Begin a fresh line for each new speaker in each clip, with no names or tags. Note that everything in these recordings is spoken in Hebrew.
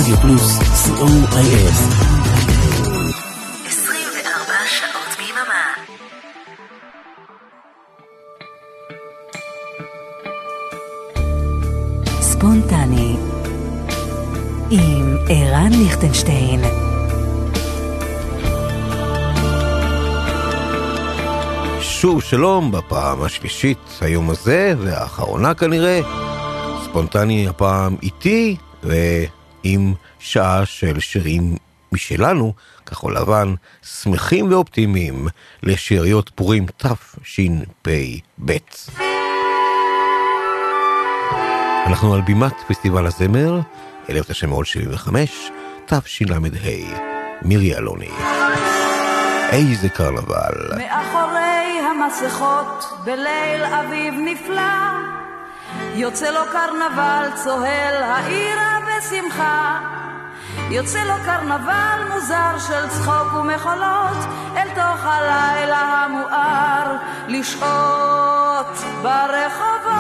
רדיו פלוס, COIL.
24 שעות ביממה. ספונטני עם ערן ליכטנשטיין.
שוב שלום בפעם השלישית היום הזה והאחרונה כנראה. ספונטני הפעם איתי ועם שעה של שירים משלנו, כחול לבן, שמחים ואופטימיים לשאריות פורים תשפ"ב. אנחנו על בימת פסטיבל הזמר 1975 תשל"ה. מירי אלוני. איזה קרנבל.
מאחורי המסכות בליל אביב נפלא יוצא לו קרנבל צוהל העירה בשמחה, יוצא לו קרנבל מוזר של צחוק ומחולות אל תוך הלילה המואר לשעות ברחובות.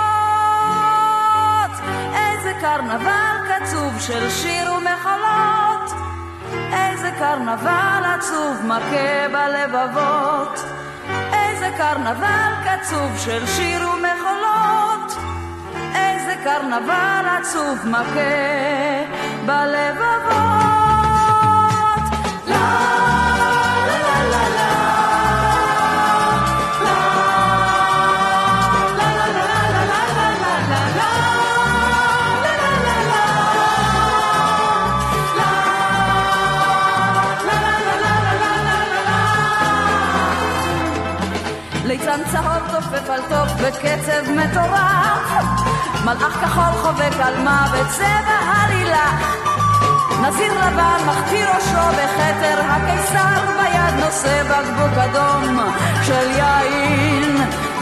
איזה קרנבל קצוב של שיר ומחולות, איזה קרנבל עצוב מכה בלבבות, איזה קרנבל קצוב של שיר ומחולות, איזה קרנבל עצוב מכה בלבבות. ליצן צהוב תופף על טוב בקצב מטורף, מלאך כחול חובק על מה בצבע הלילך, נזיר לבן מכתיר ראשו בכתר הקיסר, ביד נושא בקבוק אדום של יין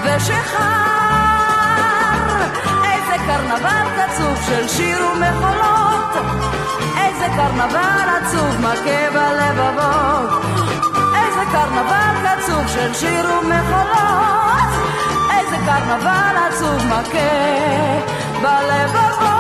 ושחר. איזה קרנבל קצוב של שיר ומחולות, איזה קרנבל עצוב מכה בלבבות, איזה קרנבל קצוב של שיר ומחולות, איזה קרנבל עצוב מכה בלבבות.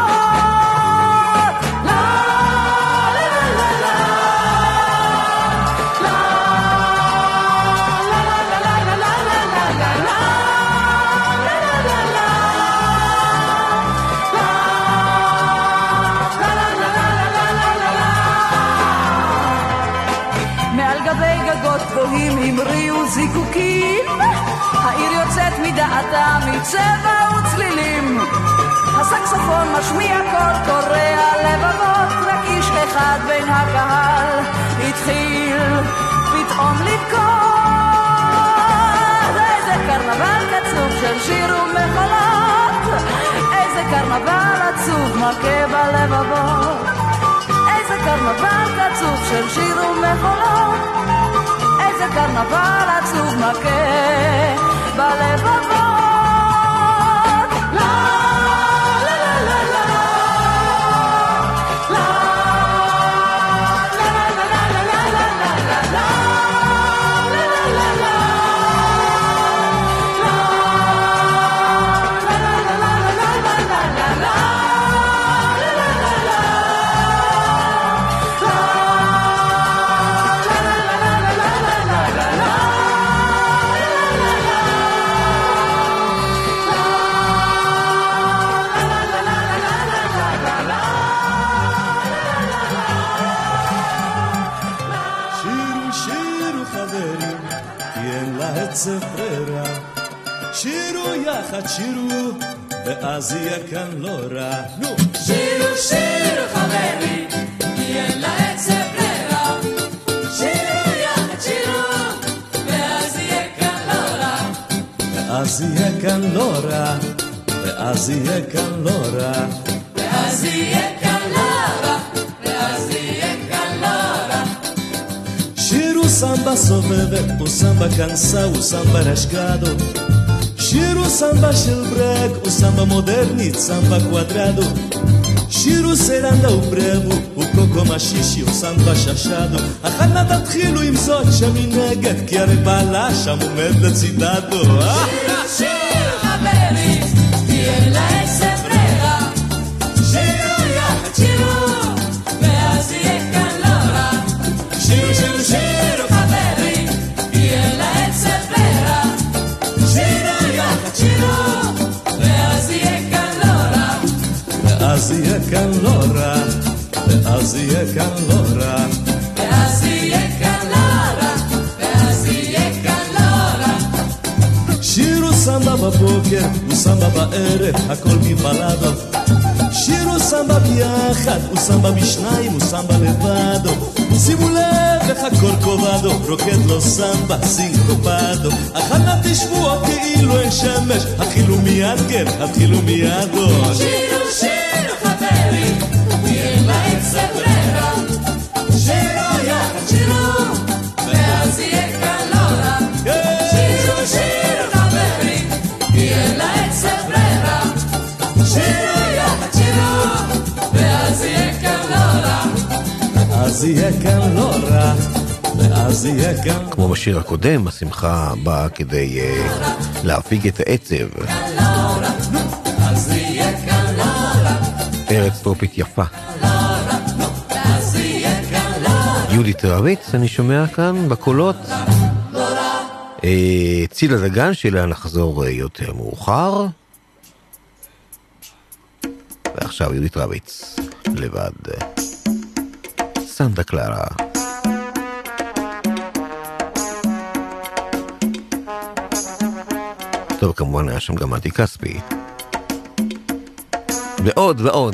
המריאו זיקוקים, העיר יוצאת מדעתה מצבע וצלילים, הסקסופון משמיע קול קורע לבבות, רק איש אחד בין הקהל התחיל פתאום לבכות. איזה קרנבל קצוב של שיר ומחולות, איזה קרנבל עצוב מכה בלבבות, איזה קרנבל קצוב של שיר ומחולות, איזה קרנבל עצוב מכה בלבבות.
שירו ואז יהיה כאן לא רע.
שירו שירו חברי, כי אין לה עצב ברירה. שירו יחד שירו ואז יהיה כאן לא רע.
ואז יהיה כאן לא רע, ואז יהיה כאן לא רע,
ואז יהיה כאן לא רע, ואז יהיה כאן לא רע.
שירו סמבה סובבת, וסמבה כנסה, וסמבה רשגדו, שירו סמבה של ברק, וסמבה מודרנית, סמבה קוואדרדו, שירו סרנדה וברבו, וקוקו משישי, וסמבה ששדו. אחת תתחילו עם זאת שמנגד, כי הרי בעלה שם עומד לצידדו.
שירו שירו חברי, כי אין לה עצב ברירה. שירו יחד שירו שירו יחד שירו, ואז יהיה כאן לא רע.
ואז יהיה כאן לא רע, ואז יהיה כאן לא רע,
ואז יהיה כאן לא רע, ואז יהיה כאן לא רע.
שיר הוא סמבה בבוקר, הוא סמבה בערב, הכל מבלדו. שיר הוא סמבה ביחד, הוא סמבה בשניים, הוא סמבה לבדו. שימו לב איך הקורקובדו רוקד לו סמבה סינקופדו. אחת תשבו כאילו אין שמש, התחילו מיד, כן, התחילו מיד.
שירו שירו חברים, אין בעצם ברירה. שירו יחד שירו, ואז יהיה כאן לא רע. שירו שירו חברים, אין בעצם ברירה. שירו יחד שירו, ואז יהיה כאן לא רע.
אז יהיה כאן לא רע, ואז יהיה כאן.
כמו בשיר הקודם, השמחה באה כדי להפיג את העצב.
אז יהיה כאן לא רע.
ארץ טרופית יפה.
אז יהיה כאן לא רע.
יהודית רביץ, אני שומע כאן בקולות. צילה דגן, שאליה נחזור יותר מאוחר. ועכשיו יהודית רביץ לבד. סנטה קלרה. טוב, כמובן היה שם גם אנטי כספי. ועוד ועוד.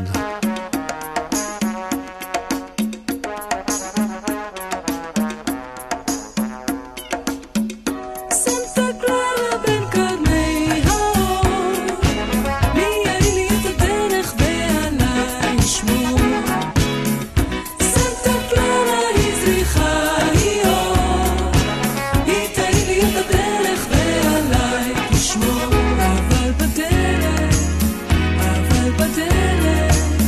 אבל בדרך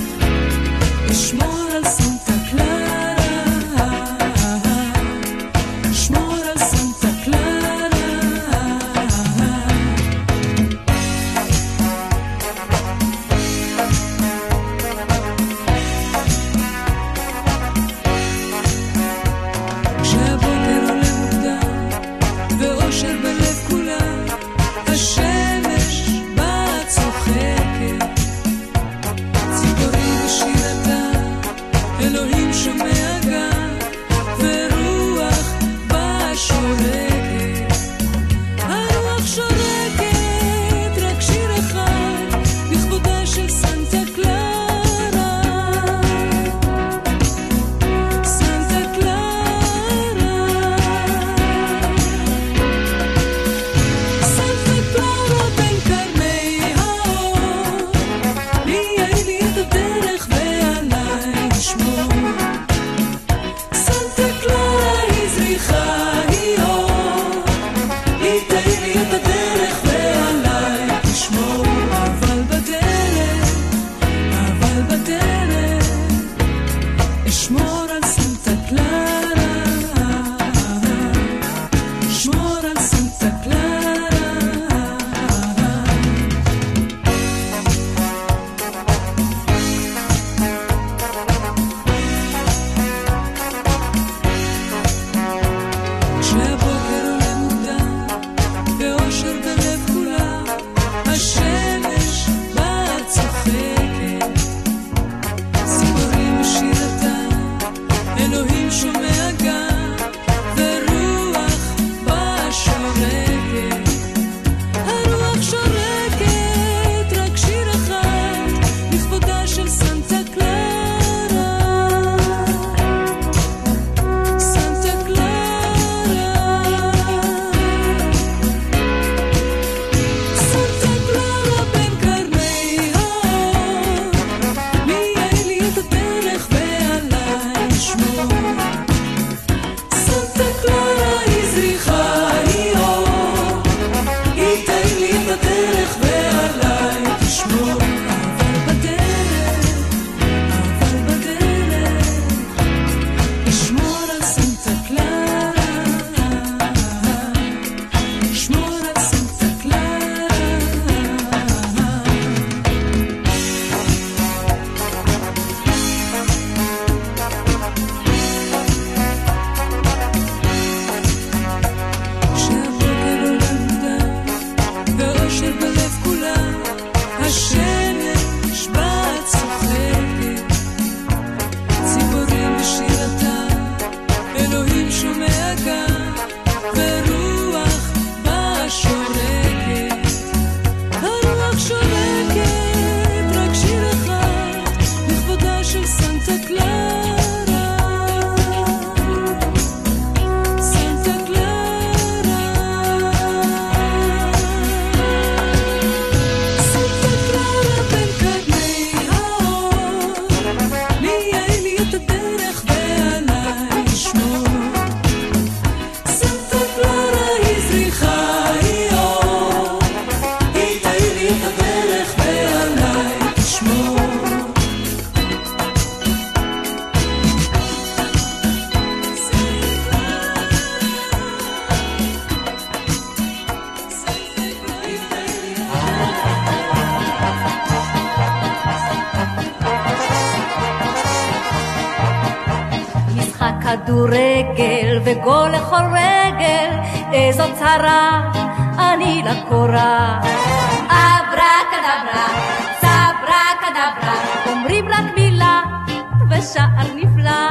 כדורגל וגול לכל רגל, איזו צרה אני לקורה. אברה כדברה, צברה כדברה, אומרים רק מילה ושער נפלא.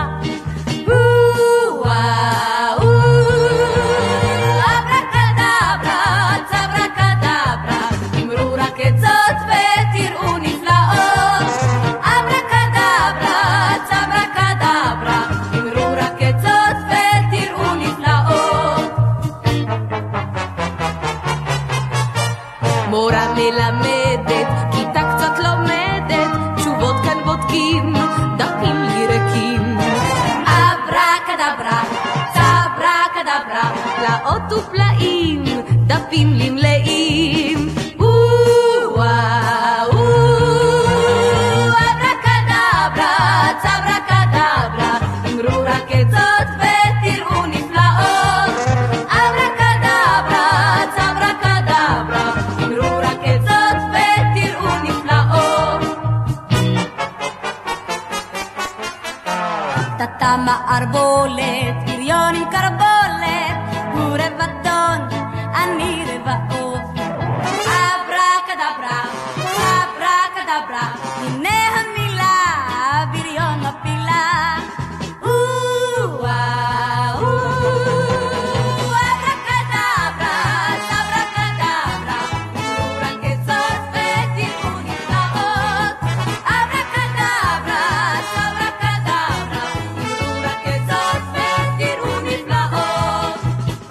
אברה כדברה, צברה כדברה, אמרו רק עצות ותראו נפלאות. אברה כדברה, צברה כדברה, אמרו רק עצות ותראו נפלאות. מורה מלמדת, כיתה קצת לומדת, תשובות כאן בודקים, דפים ירקים. אברה כדברה, צברה כדברה, פלאות ופלאים, דפים למלאים. אברה כדברה, צברה כדברה, אמרו רק עצות ותראו נפלאות. אברה כדברה, צברה כדברה, אמרו רק עצות ותראו נפלאות. תתה מערבולת, בריון עם קרבולת, הוא רבדון, אני רבעוף. אברה כדברה, אברה כדברה, הנה המילה, בריון מפילה. אברה כדברה, סברה כדברה, אמרו רק עצות ותראו נפלאות. אברה כדברה, סברה כדברה, אמרו רק עצות ותראו נפלאות.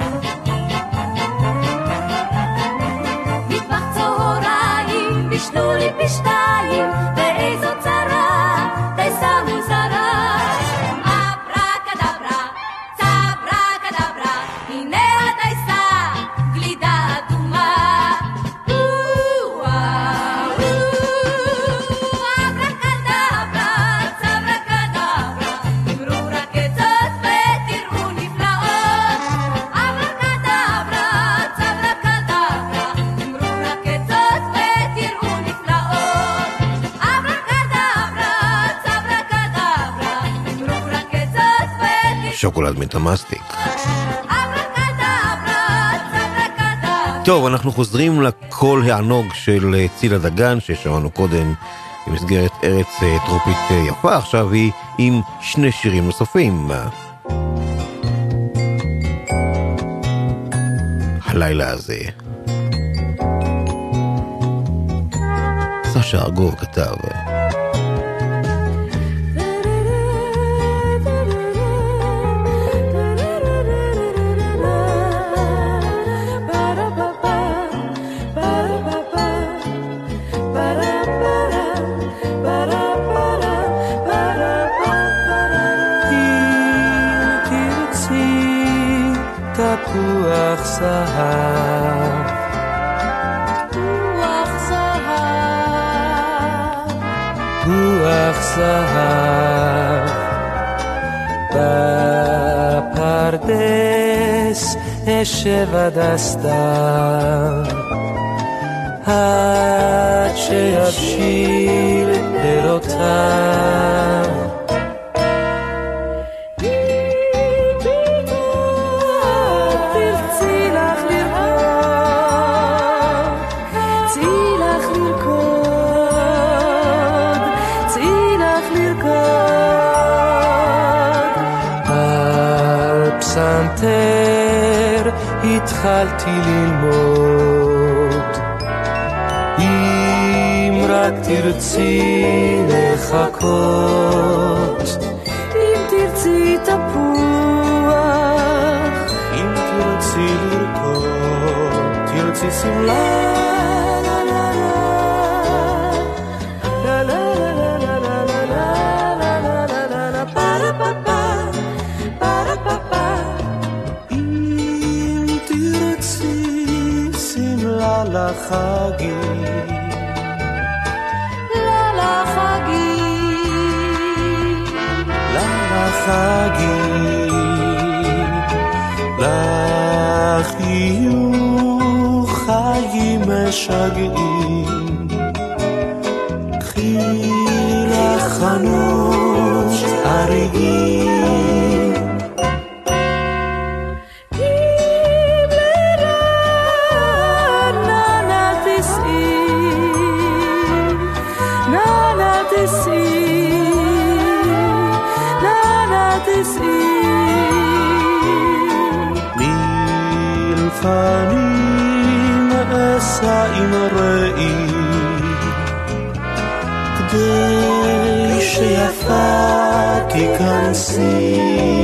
מטבח צהריים בישלו לי בשתיים, ואיזו צרה, דייסה מוזרה. אברה כדברה, צברה כדברה, הנה הדייסה, גלידה אדומה. אברה כדברה, צברה כדברה, אמרו רק עצות ותראו נפלאות. אברה כדברה, צברה כדברה, אמרו רק עצות ותראו נפלאות. אברה כדברה, צברה כדברה, אמרו רק עצות ותראו.
שוקולד מטמאסטיק.
אברה כדברה, צברה כדברה.
טוב, אנחנו חוזרים לקול הענוג של צילה דגן ששמענו קודם במסגרת ארץ טרופית יפה. עכשיו היא עם שני שירים נוספים. הלילה הזה סשה ארגוב כתב.
תפוח זהב,
רוח זהב,
רוח זהב, בפרדס אשב עד הסתיו, עד שיבשיל פירותיו. פסנתר התחלתי ללמוד, אם רק תרצי לחכות,
אם תרצי תפוח,
אם תרצי לרקוד, תרצי שמלה. לחגים,
לחגים,
לחגים, לחיוך חיים משגעים. קחי לחנות אריגים, סע עם ראי כדי שיפה תיכנסי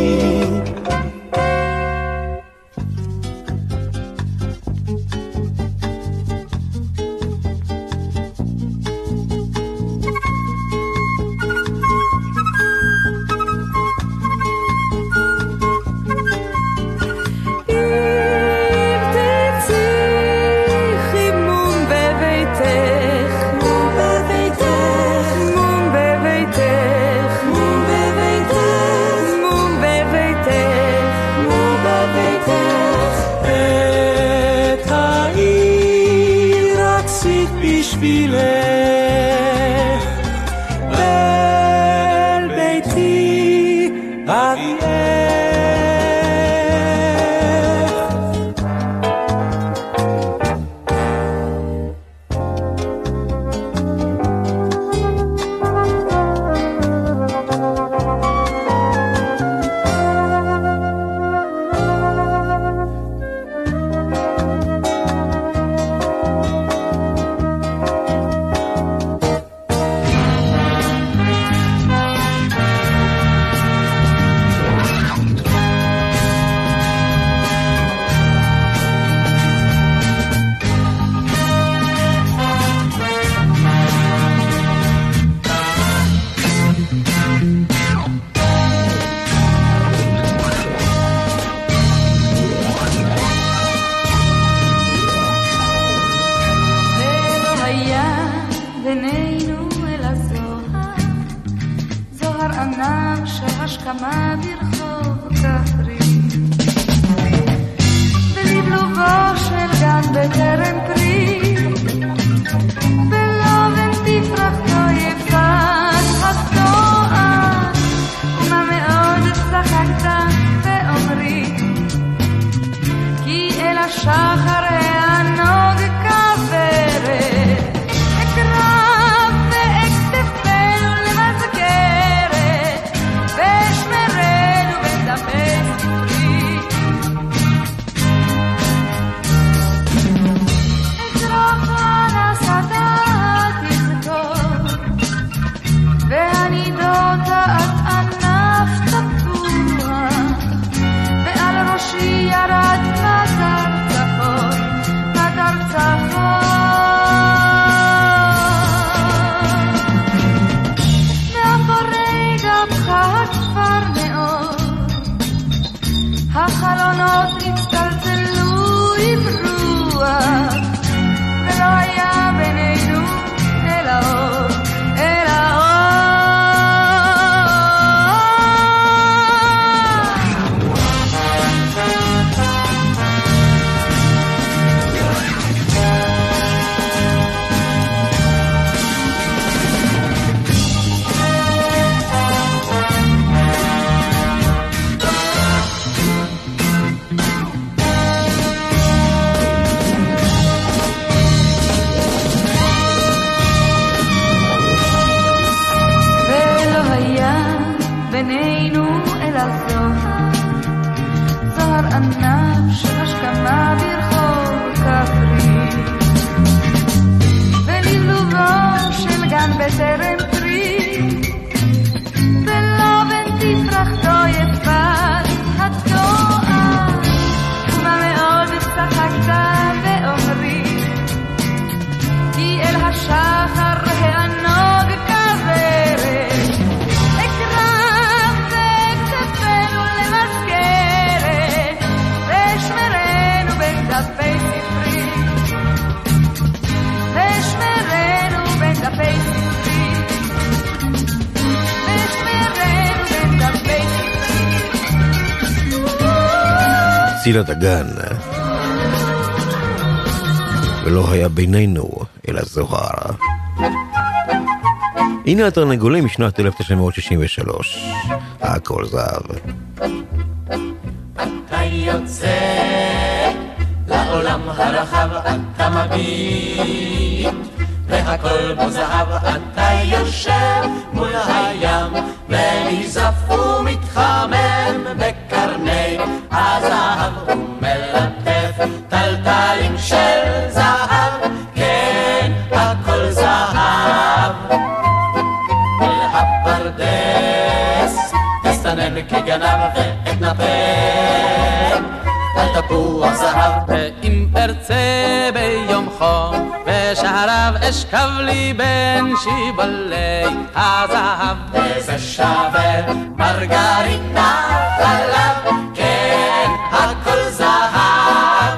צילה דגן, ולא היה בינינו אלא זוהר. הנה התרנגולים משנת 1963, הכל זהב.
אתה יוצא לעולם הרחב, אתה מביט והכל בו זהב, אתה יושב מול הים ונזף ומתחמם בקרני הזהב ומלטף טלטלים של זהב. כגנב ואתנפל על תפוח זהב.
ואם ארצה ביום חום ושעריו אשכב לי בין שיבולי הזהב,
וזה שווה מרגרינה חלב, כן הכל זהב.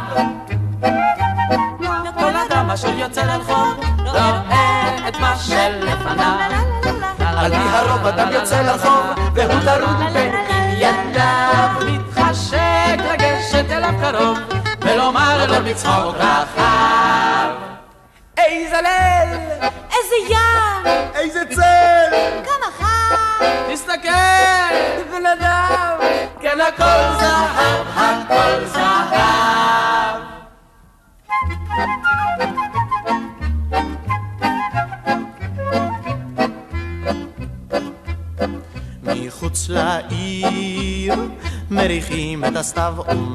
כל אדם אשר יוצא לרחוב רואה את מה שלפניו.
על פי הרוב אדם יוצא לרחוב והוא טרוד בענייניו,
מתחשק לגשת אליו קרוב ולומר לו בצחוק רחב, איזה ליל,
איזה ים,
איזה צל!
כמה חם,
תסתכל בן אדם,
כן הכל זהב, הכל זהב.
מחוץ לעיר מריחים את הסתיו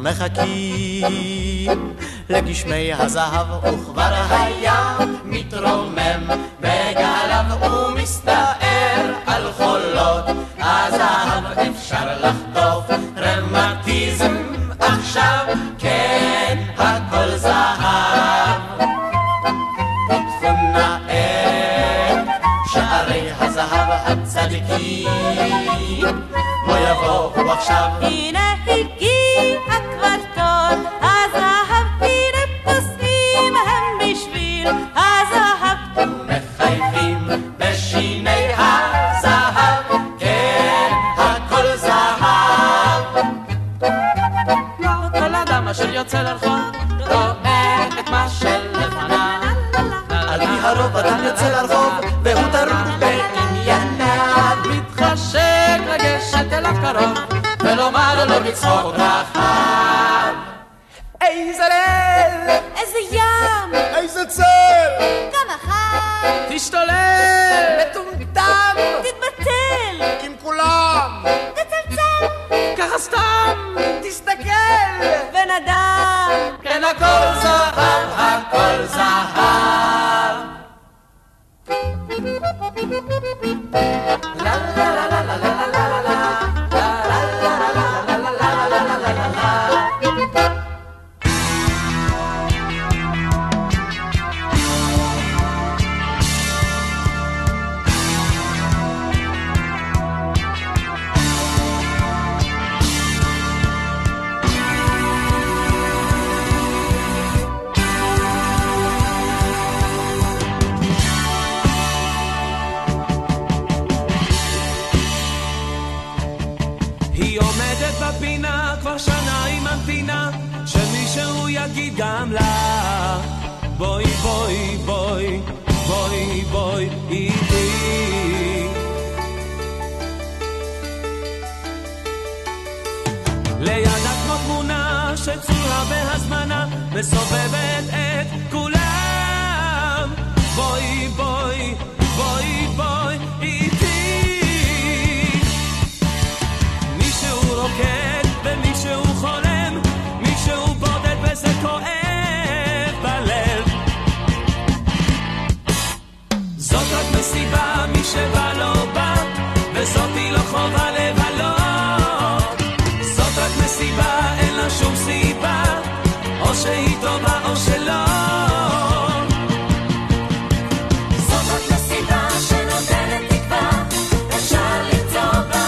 ומחכים לגשמי הזהב,
וכבר היה מתרומם בגליו ומסתער על חולות הזהב. אפשר לחטוף רמטיזם עכשיו, כן הכל זהב. פתחו נא את שערי הזהב הצדיקים, בוא יבואו עכשיו.
הנה הגיע כבר תור הזהב, הנה פוסעים הם בשביל הזהב,
ומחייכים בשיני הזהב, כן הכל זהב.
כל אדם אשר יוצא לרחוב רואה את מה שלפניו.
על פי הרוב אדם יוצא לרחוב והוא טרוד בענייניו,
מתחשק לגשת אליו קרוב ולומר לו בצחוק רחב, איזה ליל,
איזה ים,
איזה צל!
כמה חם,
תשתולל, מטומטם,
תתבטל,
עם כולם!
תצלצל,
ככה סתם, תסתכל,
בן אדם,
כן הכל זהב, הכל זהב. לה לה לה לה לה לה לה לה בפינה, כבר שנה היא ממתינה שמישהו יגיד גם לה בואי בואי בואי בואי בואי איתי. לידה כמו תמונה שצורה בהזמנה מסובבת את כולם, בואי בואי בואי בואי איתי. רוקד ומישהו חולם, מישהו בודד וזה כואב בלב. זאת רק מסיבה, מי שבא לא בא, וזאת היא לא חובה לבלות. זאת רק מסיבה, אין לה שום סיבה, או שהיא טובה או שלא.
זאת רק מסיבה שנותנת תקווה, אפשר למצוא בה.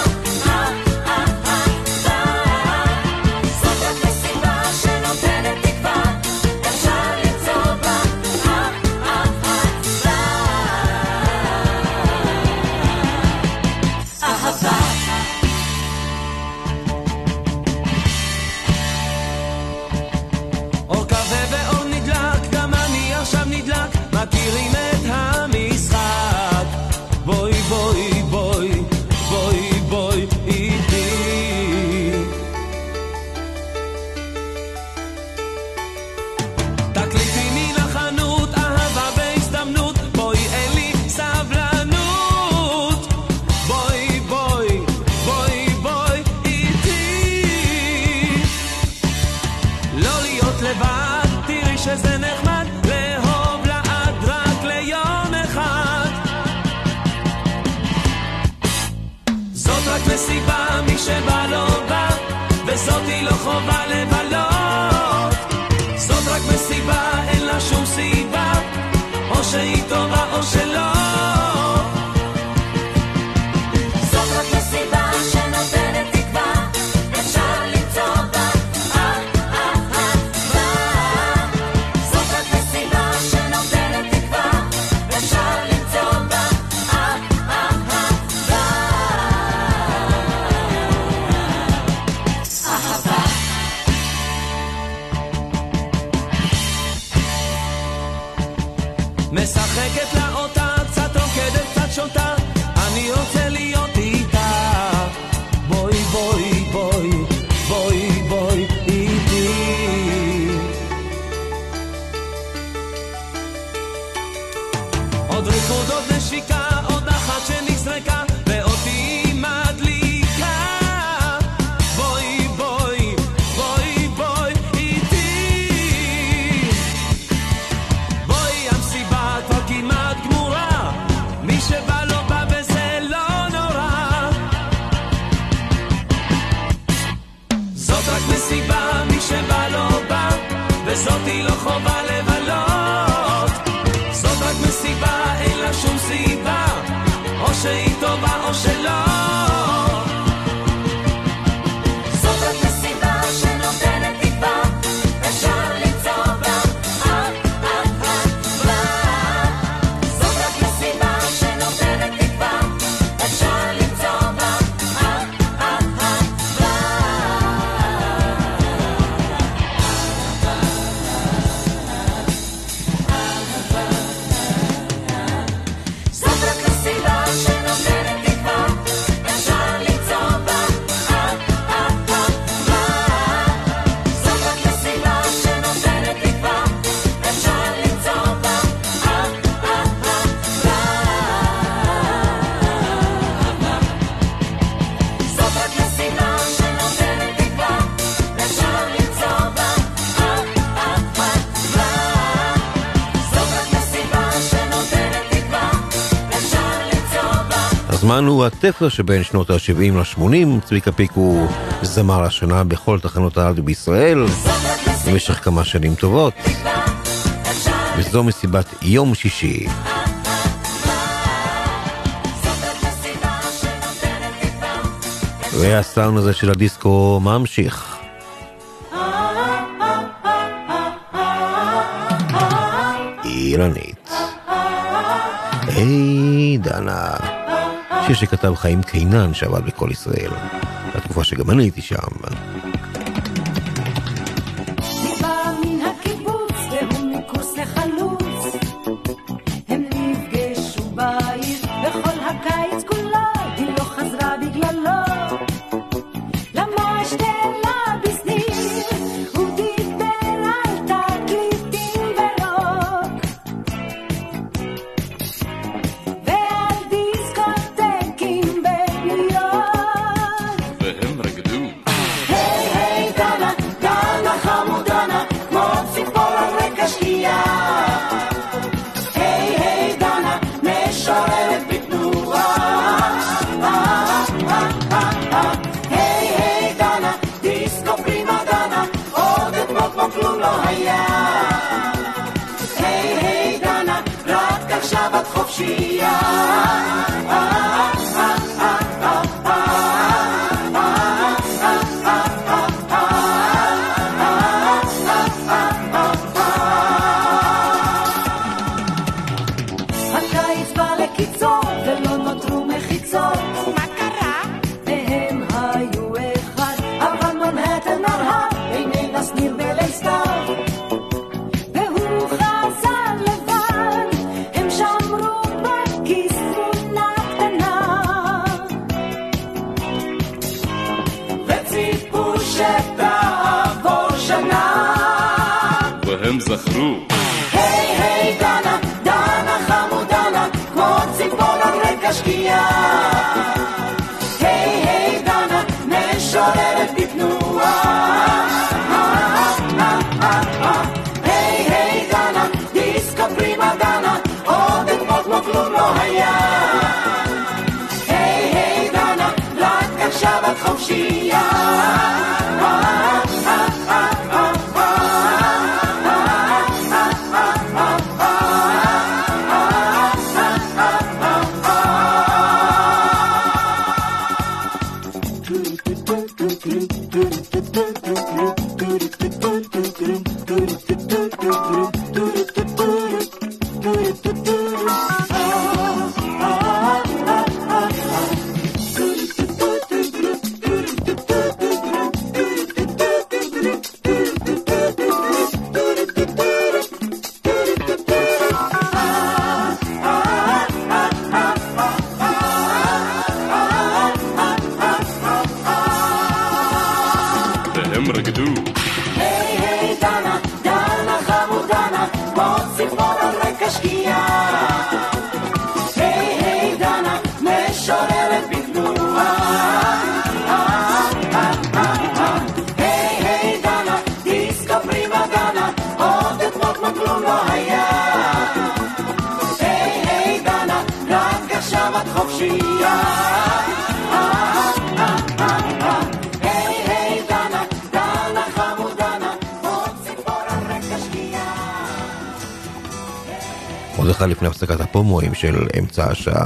מכירים את המשחק, בואי בואי בואי בואי בואי איתי. תקליטי מן החנות, אהבה בהזדמנות, בואי אין לי סבלנות, בואי בואי בואי בואי איתי. לא להיות לבד, תראי שזה נחמד, לאהוב לאט רק שהיא טובה או שלא.
זאת רק מסיבה שנותנת תקווה, אפשר למצוא בה אהבה. זאת רק מסיבה שנותנת תקווה, אפשר למצוא בה אהבה.
משחקת לה אותה, קצת רוקדת, קצת שותה, אני רוצה להיות איתה. בואי בואי בואי בואי בואי איתי. עוד ריקוד, עוד נשיקה, עוד אחת שנזרקה ואותי מדליקה. בואי בואי בואי בואי איתי. בואי המסיבה כבר כמעט גמורה, מי שבא לא בא וזה לא נורא. זאת רק מסיבה, מי שבא לא בא, וזאתי לא חובה לבלות. זאת רק מסיבה, אין לה שום סיבה, או שהיא טובה או שלא.
זאת רק מסיבה שנותנת תקווה, אפשר למצוא בה אהבה. זאת רק מסיבה שנותנת תקווה, אפשר למצוא בה אהבה. זאת רק מסיבה שנותנת תקווה, אפשר למצוא בה אהבה. זאת רק מסיבה שנותנת תקווה, אפשר למצוא בה אהבה. זאת רק מסיבה שנותנת תקווה, אפשר למצוא בה אהבה. זאת רק מסיבה שנותנת תקווה, אפשר למצוא בה.
הזמן הוא התפר שבין שנות ה-70 ל-80. צביקה פיק הוא זמר השנה בכל תחנות הרדיו בישראל במשך כמה שנים טובות, וזו מסיבת יום שישי. והסאונד הזה של הדיסקו ממשיך. אילנית, היי דנה, שיר שכתב חיים קינן שעבד בכל ישראל, בתקופה שגם אני הייתי שם.
בא מן הקיבוץ והוא מקורס לחלוץ, הם נפגשו בעיר בכל הקיץ כולו, היא לא חזרה בגללו. למה שתלה בסניר, הוא דיבר על תקליטים ורוק, ועל דיסקוטקים בניו יורק.
והם רקדו.
היי היי דנה, דנה חמודנה, כמו ציפור על רקע שקיעה. היי היי דנה, משוררת בתנועה. היי היי דנה, דיסקו פרימה דנה, עוד אתמול כמו כלום לא היה. היי היי דנה, רק עכשיו את חופשייה. הקיץ בא לקיצור ולא נותרו מחיצות. מה קרה? והם היו אחד, אבל מנהטן הרהב ביני שניר ולסתיו, והוא חזר לבד, הם שמרו בכיס תמונה קטנה, וציפו שתעבור שנה.
והם זכרו.
היי היי דנה, דנה חמודנה, כמו ציפור על רקע שקיעה. היי היי דנה, משוררת בתנועה. היי היי דנה, דיסקו פרימה דנה, עוד אתמול כמו כלום לא היה. היי היי דנה, רק עכשיו את חופשייה. עכשיו את חופשייה. היי היי דנה, דנה חמודנה, עוד ציפור על רקע שקיעה.
עוד אחד לפני הפסקת הפומואים של אמצע השעה.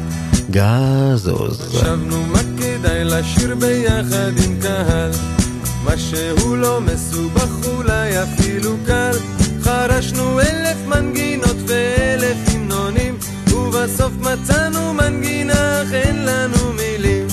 גזוז.
חשבנו מה כדאי לשיר ביחד עם קהל, מה שהוא לא מסובך אולי אפילו קל. חרשנו 1000 מנגינות ו1000 המנונים, ובסוף מצאנו מנגינה אך אין לנו מילים.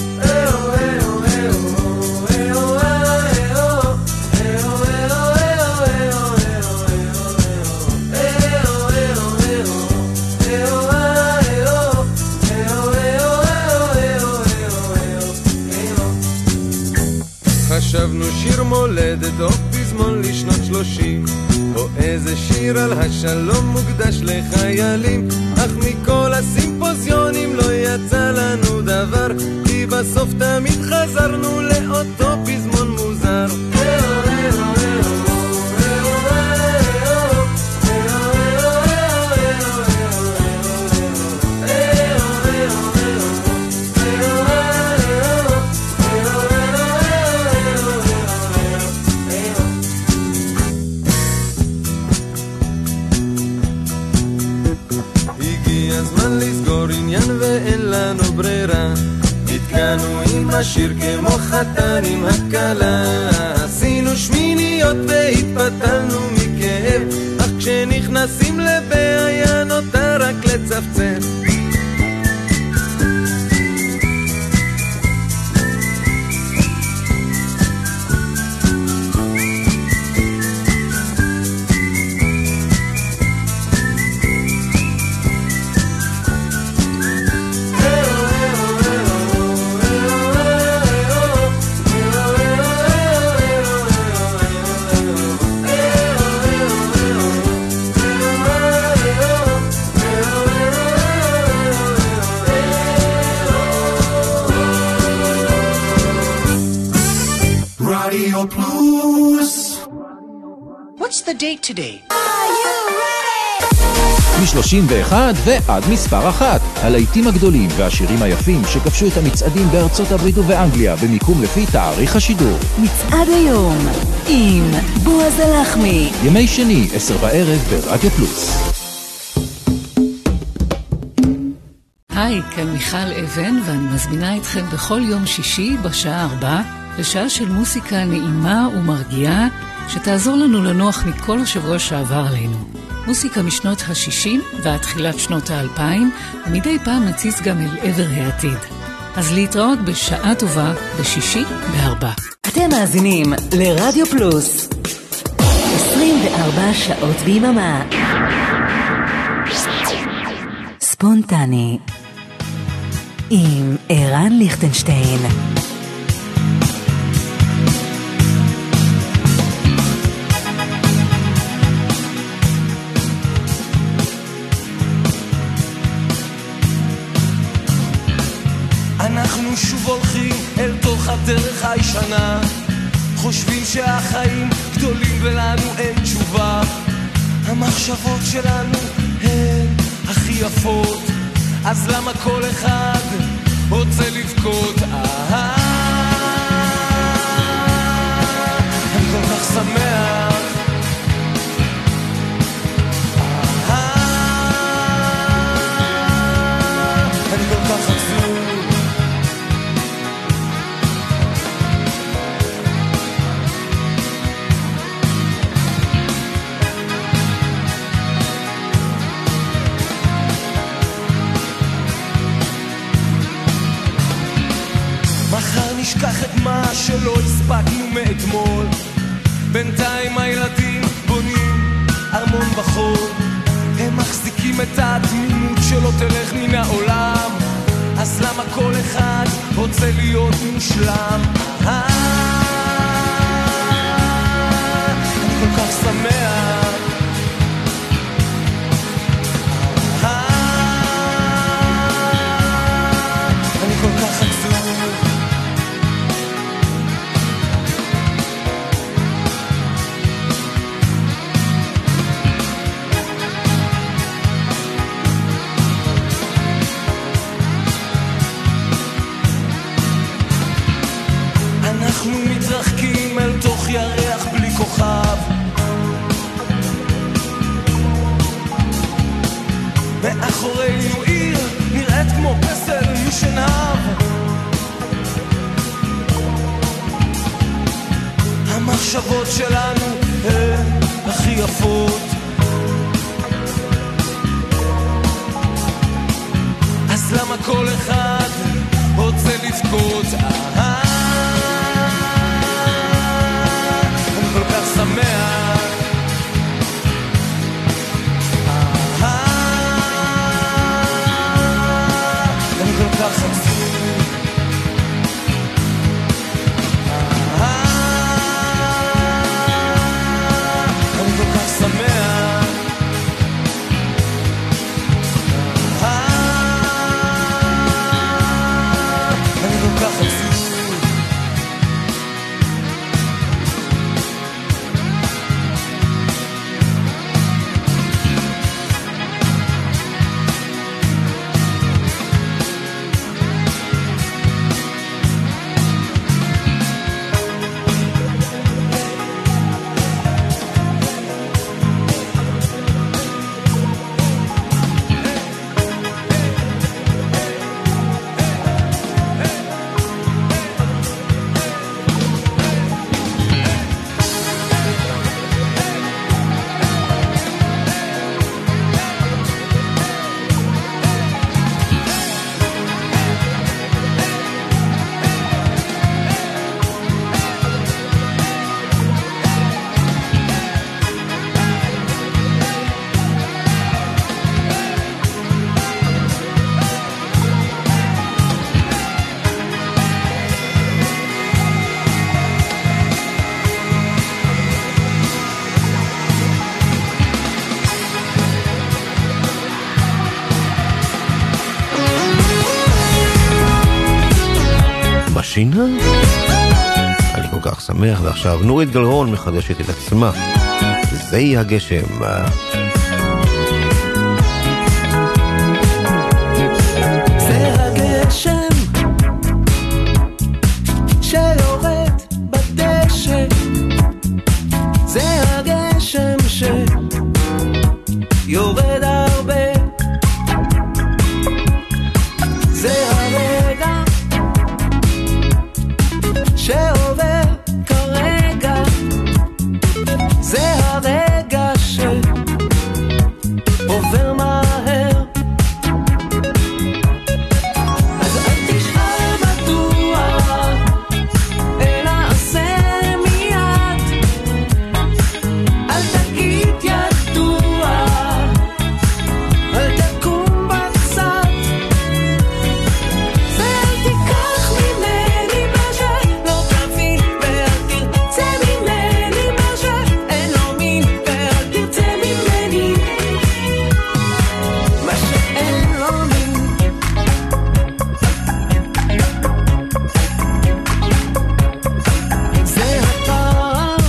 חשבנו שיר מולדת או פזמון לשנות 30, או איזה שיר על השלום מוקדש לחיילים, אך מכל הסימפוזיונים לא יצא לנו דבר, כי בסוף תמיד חזרנו לאותו פזמון מוזר. ואין לנו ברירה, התגענו עם השיר כמו חתן עם הקלה, עשינו שמיניות והתפתלנו מכאב, אך כשנכנסים לבעיה נותר רק לצפצף.
What's the date today?
מ-31 ועד מספר 1, הלהיטים הגדולים והשירים היפים שכבשו את המצעדים בארצות הברית ובאנגליה במיקום לפי תאריך השידור.
מצעד היום עם בועז הלחמי,
ימי שני 10 בערב ברדיו פלוס.
היי, כאן מיכל אבן ואני מזמינה אתכם בכל יום שישי בשעה 4 לשעה של מוסיקה נעימה ומרגיעה שתעזור לנו לנוח מכל השבוע שעבר עלינו. מוסיקה משנות ה-60 ועד תחילת שנות ה-2000, ומדי פעם נציץ גם אל עבר העתיד. אז להתראות בשעה טובה בשישי ב-4.
אתם מאזינים לרדיו פלוס 24 שעות ביממה. ספונטני עם ערן ליכטנשטיין.
אנחנו שוב הולכים אל תוך הדרך הישנה, חושבים שהחיים גדולים ולנו אין תשובה, המחשבות שלנו הן הכי יפות, אז למה כל אחד רוצה לבכות? אני כל כך שמח, אני כל כך עצוב, נשכח את מה שלא הספקנו מאתמול, בינתיים הילדים בונים ארמון בחול, הם מחזיקים את התמימות שלא תלך מן העולם, אז למה כל אחד רוצה להיות מושלם? אני כל כך שמח, אני כל כך עצוב,
מאחורינו עיר נראית כמו פסל משנהב. המחשבות שלנו הן הכי יפות, אז למה כל אחד רוצה לבכות? אני כל כך שמח, אני כל כך עצוב, אני כל כך שמח, אני כל כך עצוב.
שינה? אני כל כך שמח. ועכשיו נורית גלרון מחדשת את עצמה, זהי הגשם.
זה הגשם שיורד בדשא, זה הגשם שיורד הרבה, זה הרגע שעובר כרגע, זה הרגע שעובר מהר. אז אל תשאל מדוע, אלא עשה מיד, אל תגיד ידוע, אל תקום בצד, ואל תיקח ממני מה שלא תבין, ואל תרצה ממני מה שאין לו מין, ואל תרצה ממני מה שאין לו מין. זה הפער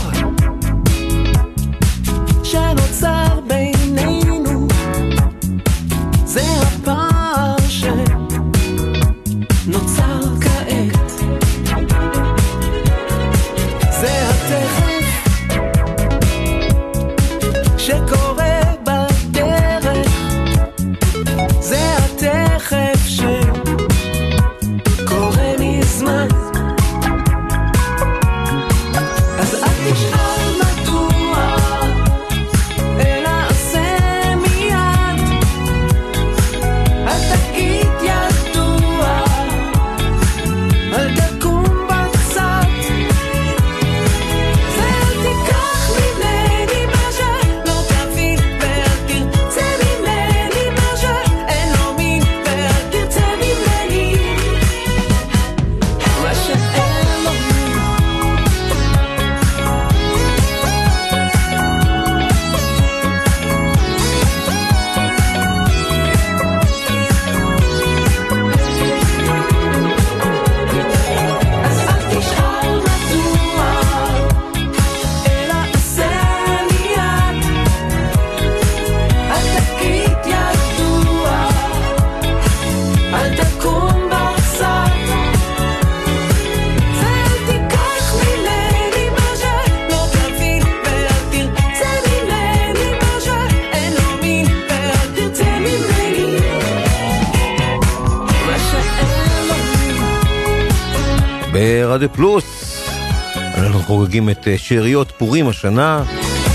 שנוצר בינינו, זה הפער שנוצר כעת, זה התכף שקורה בדרך, זה התכף שקורה מזמן. אז אל תשאל מדוע, אלא עשה מיד, אל תגיד ידוע, אל תקום בצד, ואל תיקח ממני מה שלא תבין, ואל תרצה ממני מה שאין לו מין, ואל
ברדיו פלוס. אנחנו חוגגים את שאריות פורים השנה,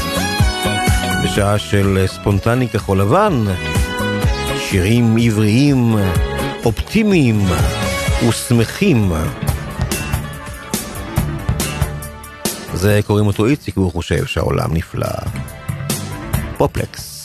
בשעה של ספונטני כחול לבן, שירים עבריים, אופטימיים ושמחים. זה קוראים אותו איציק, והוא חושב שהעולם נפלא. פופלקס.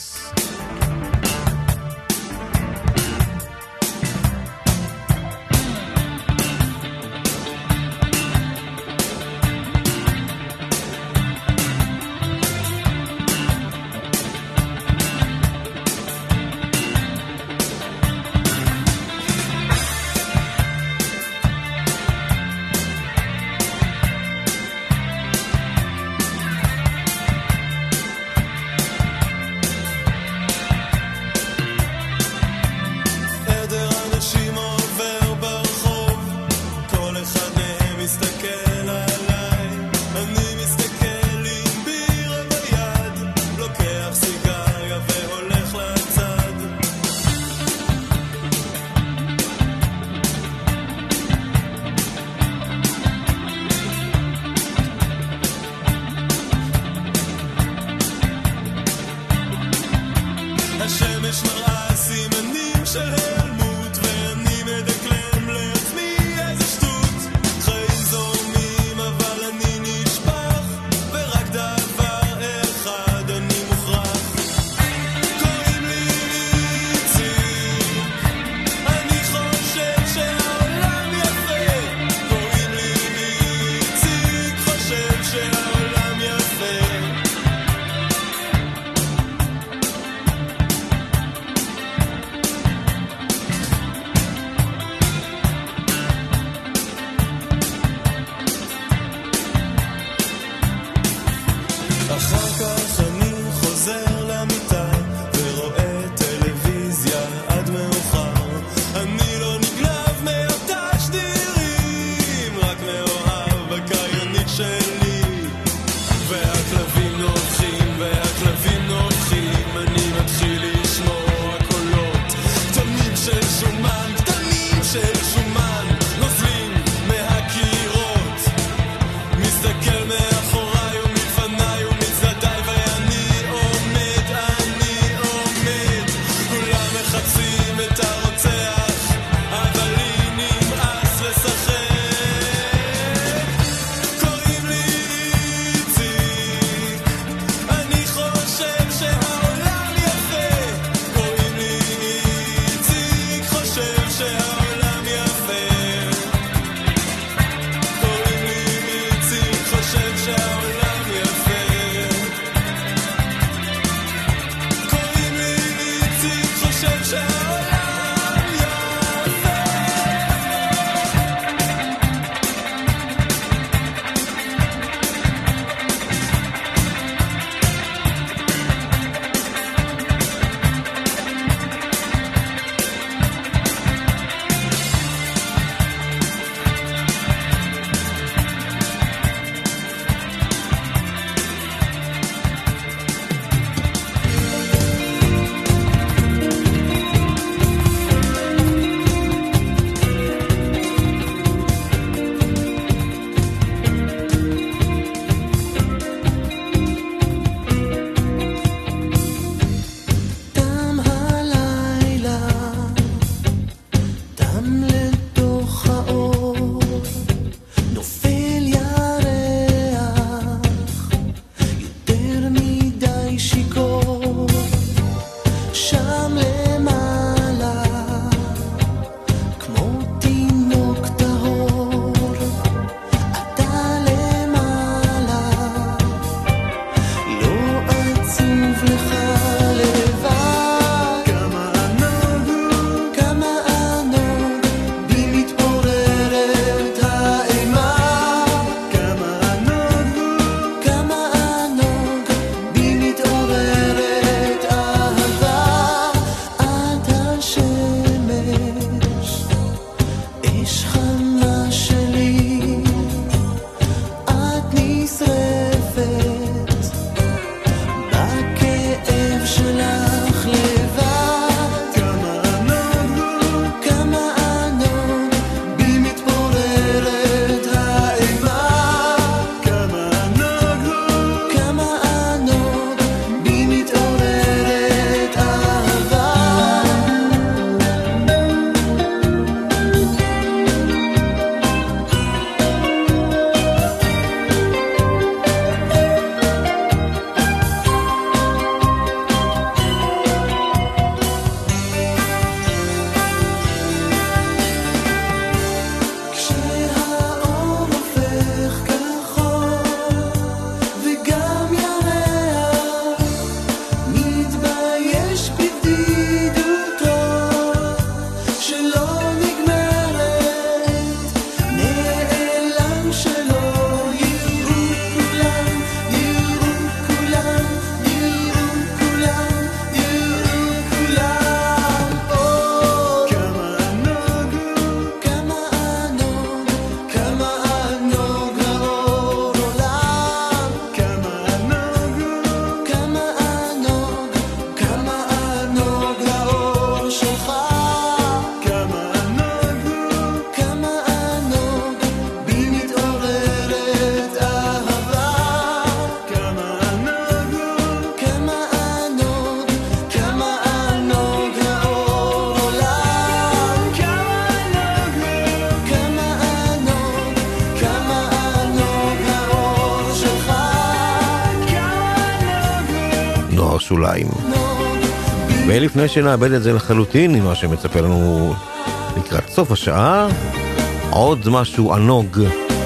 בשוליים. ולפני שנאבד את זה לחלוטין, עם מה שמצפה לנו לקראת סוף השעה, עוד משהו ענוג.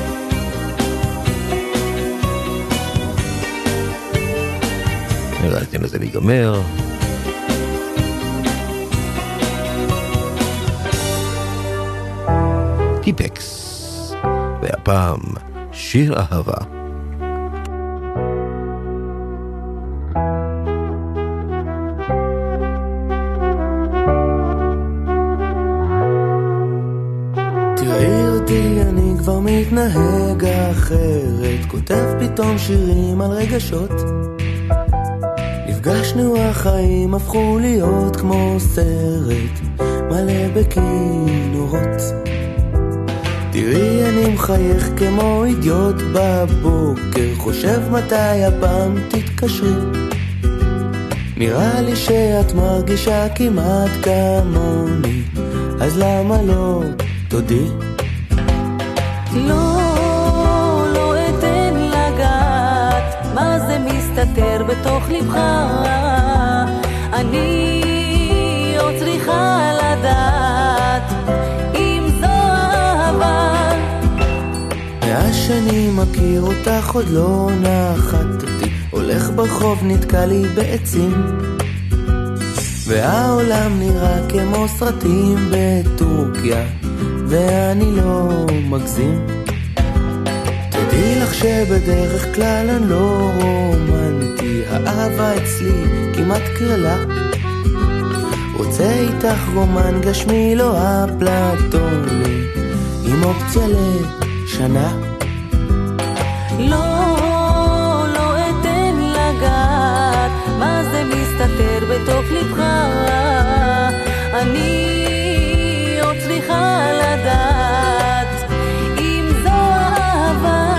נראה לי לזה להיגמר. טיפקס, והפעם שיר אהבה.
תראי אותי, אני כבר מתנהג אחרת, כותב פתאום שירים על רגשות. נפגשנו, החיים הפכו להיות כמו סרט מלא בכינורות. תראי, אני מחייך כמו אידיוט בבוקר, חושב מתי הפעם תתקשרי. נראה לי שאת מרגישה כמעט כמוני, אז למה לא תודי?
לא, לא אתן לגעת, מה זה מסתתר בתוך לבך. אני עוד צריכה לדעת אם זו אהבה.
מאז שאני מכיר אותך עוד לא נחת אותי, הולך ברחוב נתקע לי בעצים, והעולם נראה כמו סרטים בטורקיה, ואני לא מגזים. תדעי לך שבדרך כלל אני לא רומנטי, האהבה אצלי כמעט קרלה. רוצה איתך רומן גשמי לא אפלטוני, עם אופציה לשנה.
לא, לא אתן לגעת, מה זה מסתתר בתוך לבך. אני עוד צריכה לדעת אם זו אהבה.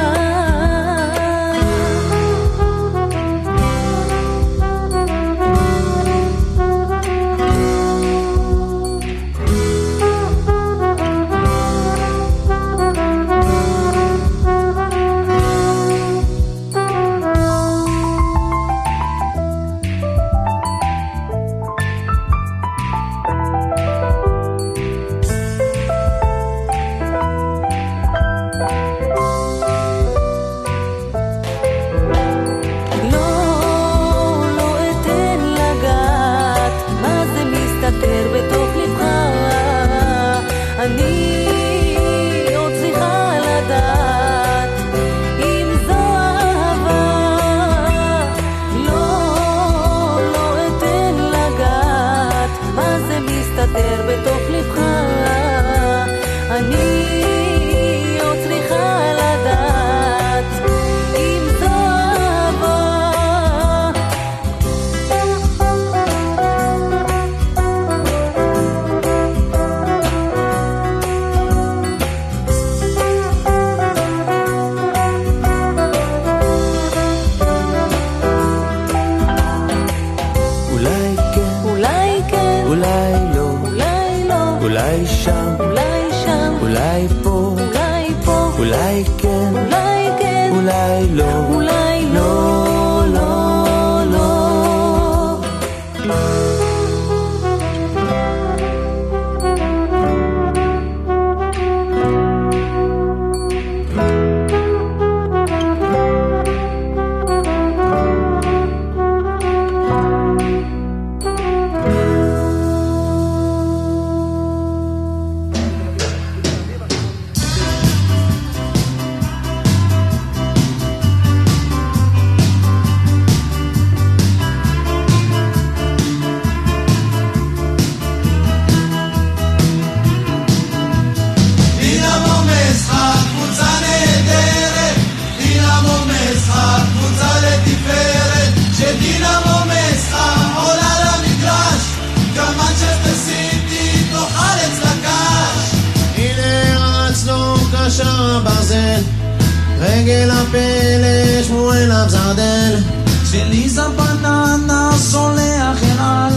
רגל הפלא שמואל אבזרדל שליזה בננה סולח אל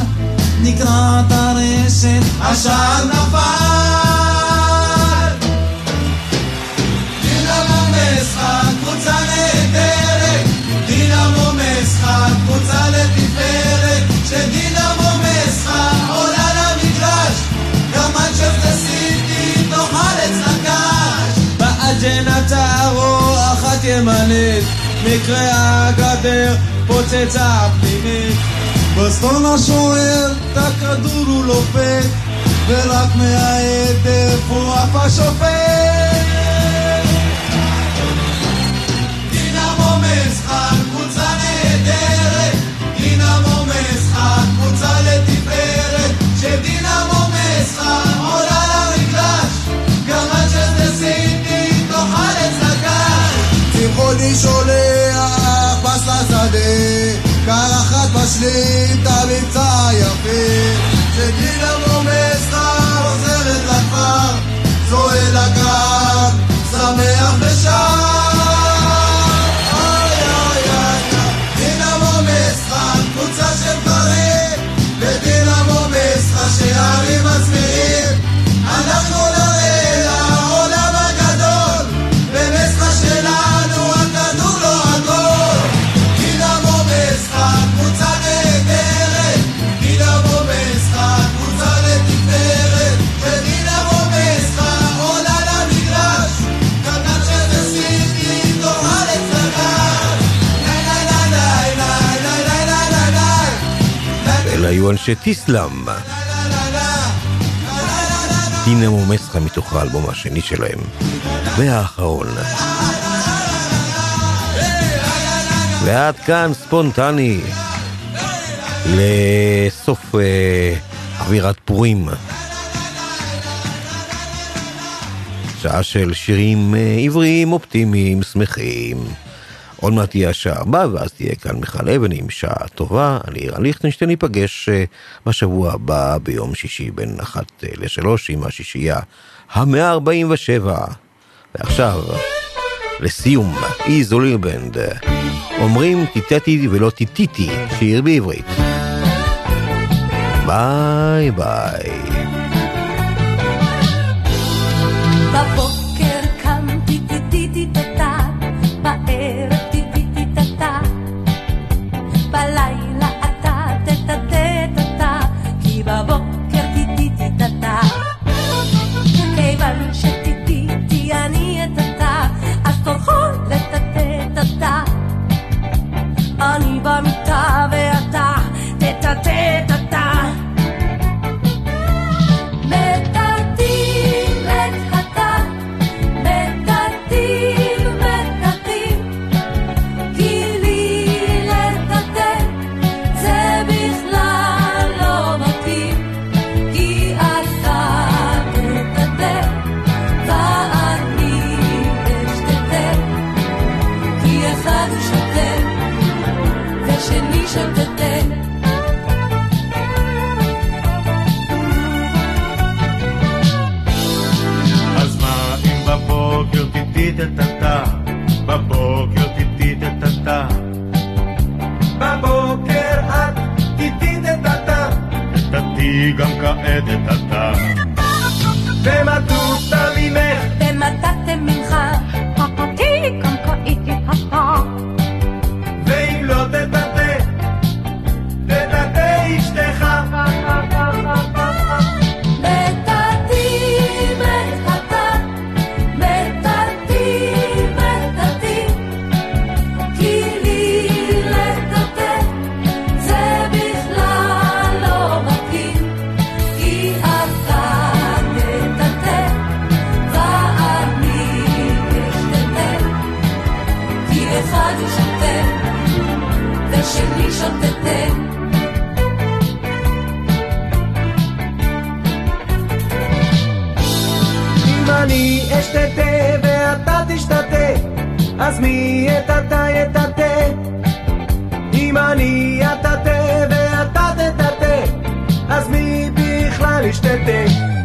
נקראת הרשת השער נפל דינמו משחק קבוצה נהדרת דינמו משחק קבוצה לתפארת ימנית, מקרה הגדר פוצצה פנימית. בסטון השוער, את הכדור הוא לופק, ורק מהעדר הוא אף השופט. דינמו משחק, קבוצה נהדרת, דינמו משחק, קבוצה לתפארת, שדינמו משחק עולה למגרש, גם מנצ'סטר סיטי תאכל אצלקש. צמחוני שולח פס לשדה, קרחת בשליט המבצע היפה, שדינמו משחק עוזרת לכפר, זוהה לקו, שמח בשער. קבוצה של פריד, ודינמו משחק שערים מצמיעים, אנחנו נראה לעולם הגדול, במשחק שלנו הכדור לא עגול. דינמו משחק, קבוצה נהדרת, דינמו משחק, קבוצה לתפארת, ודינמו משחק עולה למגרש, קטן שזה סיטי תאכל אצלקש.
אלה היו אנשי טיסלאם. דינמו משחק מתוך האלבום השני שלהם והאחרון. ועד כאן ספונטני לסוף אווירת פורים, שעה של שירים עבריים אופטימיים שמחים. עוד מעט תהיה השעה הבאה, ואז תהיה כאן מיכל אבן עם שעה טובה. אני אירן ליכטנשטיין, ניפגש בשבוע הבא ביום שישי בין 1 ל-3 עם השישייה ה-147. ועכשיו, לסיום, איזולי בנד. אומרים טיטטי ולא טיטיטי, שיר בעברית. ביי ביי.
בבוקר קמתי טיטיטי טטה, בערב טיטיטי טטה, בלילה אתה טטטטטה, כי בבוקר טיטיטי טטה. כיוון שטיטיטי אני טטה, אז תורכו לטטטטה. אני במיטה ואתה טטטטטה.
אז מה אם בבוקר טיטטטה, בבוקר טיטטטה, בבוקר את טיטטטה, טטטי גם כעת טטטה. ומטוטה ממך,
ומטאתם ממך, טטטי גם כעת טטטה.
ואם לא תטטה, תטטה אשתך.
שלי שוטטה.
אם אני אשתתה ואתה תשתתה, אז מי יטטה יטטה? אם אני אטטה ואתה תטטה, אז מי בכלל ישתתה?